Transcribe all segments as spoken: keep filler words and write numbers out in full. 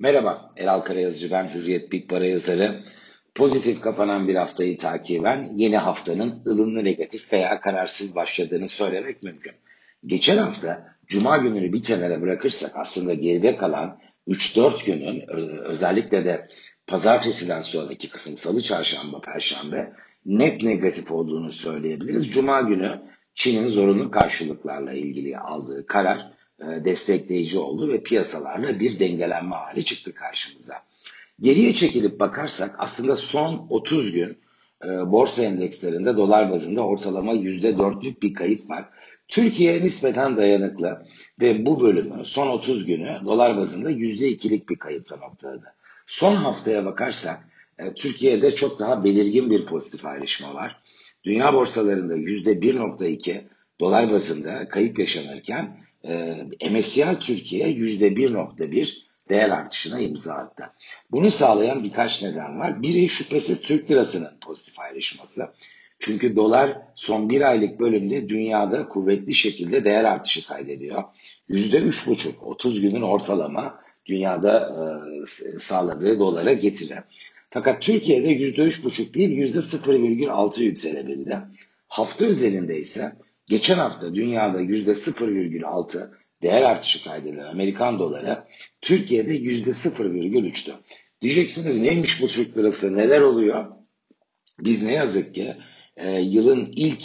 Merhaba, Elal Karayazıcı ben, Hürriyet Big Para yazarı. Pozitif kapanan bir haftayı takiben yeni haftanın ılımlı negatif veya kararsız başladığını söylemek mümkün. Geçen hafta Cuma gününü bir kenara bırakırsak aslında geride kalan üç dört günün özellikle de pazartesiden sonraki kısım Salı, Çarşamba, Perşembe net negatif olduğunu söyleyebiliriz. Cuma günü Çin'in zorunlu karşılıklarla ilgili aldığı karar destekleyici oldu ve piyasalarla bir dengelenme hali çıktı karşımıza. Geriye çekilip bakarsak aslında son otuz gün e, borsa endekslerinde dolar bazında ortalama yüzde dörtlük bir kayıp var. Türkiye nispeten dayanıklı ve bu bölümü son otuz günü dolar bazında yüzde ikilik bir kayıpla noktaladı. Son haftaya bakarsak e, Türkiye'de çok daha belirgin bir pozitif ayrışma var. Dünya borsalarında yüzde bir nokta iki dolar bazında kayıp yaşanırken e, M S C I Türkiye yüzde bir nokta bir değer artışına imza attı. Bunu sağlayan birkaç neden var. Biri şüphesiz Türk lirasının pozitif ayrışması. Çünkü dolar son bir aylık bölümde dünyada kuvvetli şekilde değer artışı kaydediyor. yüzde üç buçuk otuz günün ortalama dünyada e, sağladığı dolara getiri. Fakat Türkiye'de yüzde üç buçuk değil yüzde sıfır virgül altı yükselebildi. Hafta üzerinde ise geçen hafta dünyada yüzde sıfır virgül altı değer artışı kaydedilen Amerikan doları Türkiye'de yüzde sıfır virgül üçtü. Diyeceksiniz neymiş bu Türk lirası, neler oluyor? Biz ne yazık ki e, yılın ilk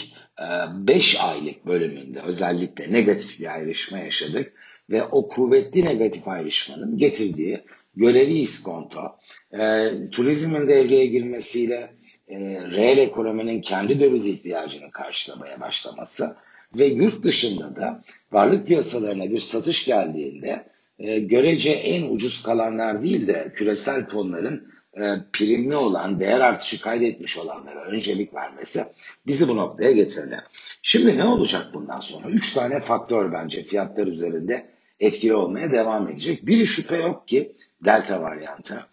beş aylık bölümünde özellikle negatif bir ayrışma yaşadık ve o kuvvetli negatif ayrışmanın getirdiği göreli iskonto, e, turizmin devreye girmesiyle e, reel ekonominin kendi döviz ihtiyacını karşılamaya başlaması ve yurt dışında da varlık piyasalarına bir satış geldiğinde e, görece en ucuz kalanlar değil de küresel fonların e, primli olan, değer artışı kaydetmiş olanlara öncelik vermesi bizi bu noktaya getirdi. Şimdi ne olacak bundan sonra? Üç tane faktör bence fiyatlar üzerinde etkili olmaya devam edecek. Biri şüphe yok ki Delta varyantı.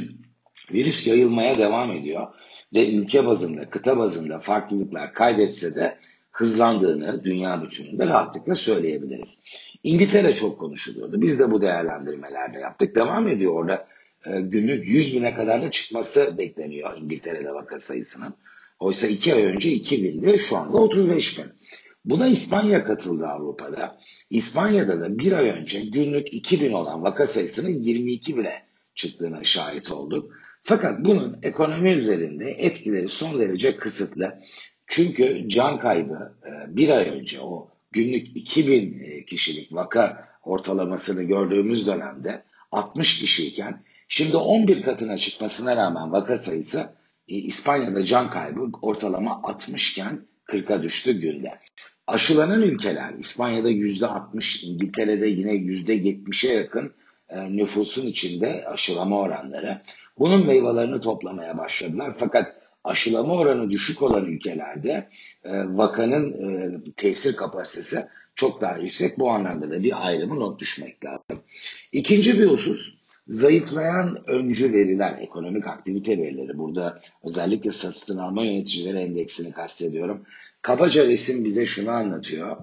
Virüs yayılmaya devam ediyor ve ülke bazında, kıta bazında farklılıklar kaydetse de hızlandığını dünya bütününde rahatlıkla söyleyebiliriz. İngiltere çok konuşuluyordu. Biz de bu değerlendirmelerde yaptık. Devam ediyor orada. E, günlük yüz bine kadar da çıkması bekleniyor İngiltere'de vaka sayısının. Oysa iki ay önce iki bindi, şu anda otuz beş bin. Buna İspanya katıldı Avrupa'da. İspanya'da da bir ay önce günlük iki bin olan vaka sayısının yirmi iki bine çıktığına şahit olduk. Fakat bunun ekonomi üzerinde etkileri son derece kısıtlı. Çünkü can kaybı bir ay önce o günlük iki bin kişilik vaka ortalamasını gördüğümüz dönemde altmış kişiyken şimdi on bir katına çıkmasına rağmen vaka sayısı İspanya'da can kaybı ortalama altmış iken kırka düştü günde. Aşılanan ülkeler İspanya'da yüzde altmış, İngiltere'de yine yüzde yetmişe yakın nüfusun içinde aşılama oranları. Bunun meyvelerini toplamaya başladılar. Fakat aşılama oranı düşük olan ülkelerde e, vakanın e, tesir kapasitesi çok daha yüksek. Bu anlamda da bir ayrımı not düşmek lazım. İkinci bir husus, zayıflayan öncü veriler, ekonomik aktivite verileri. Burada özellikle satın alma yöneticileri endeksini kastediyorum. Kabaca resim bize şunu anlatıyor.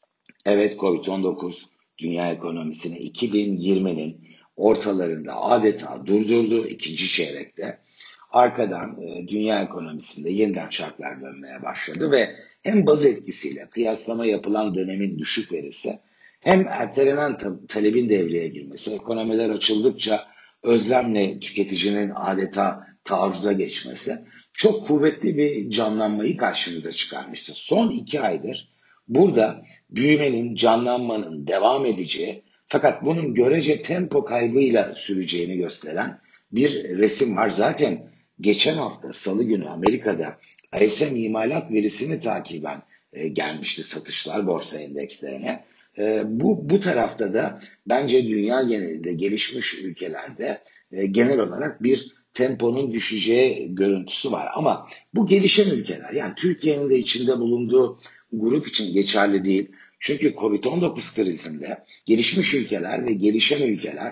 Evet, kovid on dokuz dünya ekonomisini iki bin yirminin ortalarında adeta durdurdu ikinci çeyrekte. Arkadan e, dünya ekonomisinde yeniden çarklar dönmeye başladı ve hem baz etkisiyle kıyaslama yapılan dönemin düşük verisi hem ertelenen talebin devreye girmesi, ekonomiler açıldıkça özlemle tüketicinin adeta taarruza geçmesi çok kuvvetli bir canlanmayı karşımıza çıkarmıştı. Son iki aydır burada büyümenin, canlanmanın devam edeceği fakat bunun görece tempo kaybıyla süreceğini gösteren bir resim var. Zaten geçen hafta Salı günü Amerika'da I S M imalat verisini takiben e, gelmişti satışlar borsa endekslerine. E, bu, bu tarafta da bence dünya genelinde gelişmiş ülkelerde e, genel olarak bir temponun düşeceği görüntüsü var. Ama bu gelişen ülkeler, yani Türkiye'nin de içinde bulunduğu grup için geçerli değil. Çünkü kovid on dokuz krizinde gelişmiş ülkeler ve gelişen ülkeler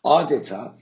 adeta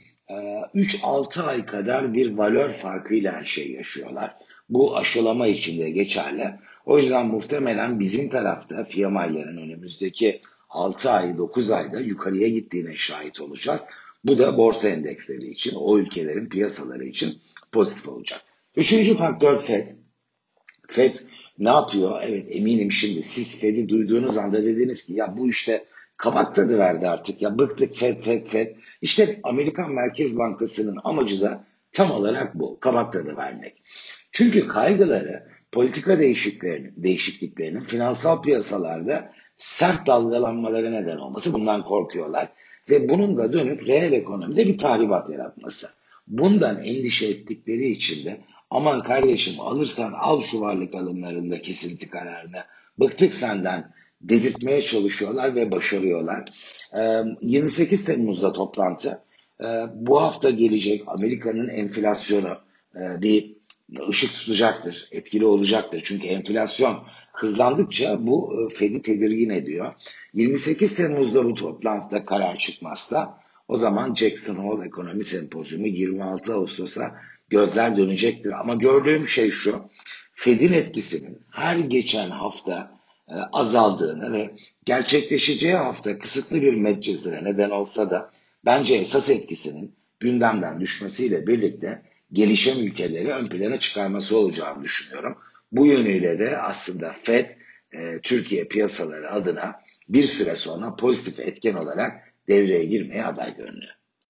üç altı ay kadar bir valör farkıyla her şey yaşıyorlar. Bu aşılama için de geçerli. O yüzden muhtemelen bizim tarafta F M I'lerin önümüzdeki altı ay dokuz ayda yukarıya gittiğine şahit olacağız. Bu da borsa endeksleri için, o ülkelerin piyasaları için pozitif olacak. Üçüncü faktör Fed. Fed ne yapıyor? Evet, eminim şimdi siz Fed'i duyduğunuz anda dediniz ki ya bu işte kabak tadı verdi artık ya, bıktık Fed Fed Fed. İşte Amerikan Merkez Bankası'nın amacı da tam olarak bu, kabak tadı vermek. Çünkü kaygıları politika değişikliklerinin, değişikliklerinin finansal piyasalarda sert dalgalanmaları neden olması, bundan korkuyorlar. Ve bunun da dönüp reel ekonomide bir tahribat yaratması. Bundan endişe ettikleri için de aman kardeşim alırsan al şu varlık alımlarında kesinti kararını, bıktık senden dedirtmeye çalışıyorlar ve başarıyorlar. yirmi sekiz Temmuz'da toplantı. Bu hafta gelecek Amerika'nın enflasyonu bir ışık tutacaktır, etkili olacaktır. Çünkü enflasyon hızlandıkça bu Fed'i tedirgin ediyor. yirmi sekiz Temmuz'da bu toplantıda karar çıkmazsa o zaman Jackson Hole Ekonomi Sempozyumu yirmi altı Ağustos'a gözler dönecektir. Ama gördüğüm şey şu, Fed'in etkisinin her geçen hafta e, azaldığını ve gerçekleşeceği hafta kısıtlı bir medcezire neden olsa da bence esas etkisinin gündemden düşmesiyle birlikte gelişen ülkeleri ön plana çıkarması olacağını düşünüyorum. Bu yönüyle de aslında Fed e, Türkiye piyasaları adına bir süre sonra pozitif etken olarak devreye girmeye aday görünüyor.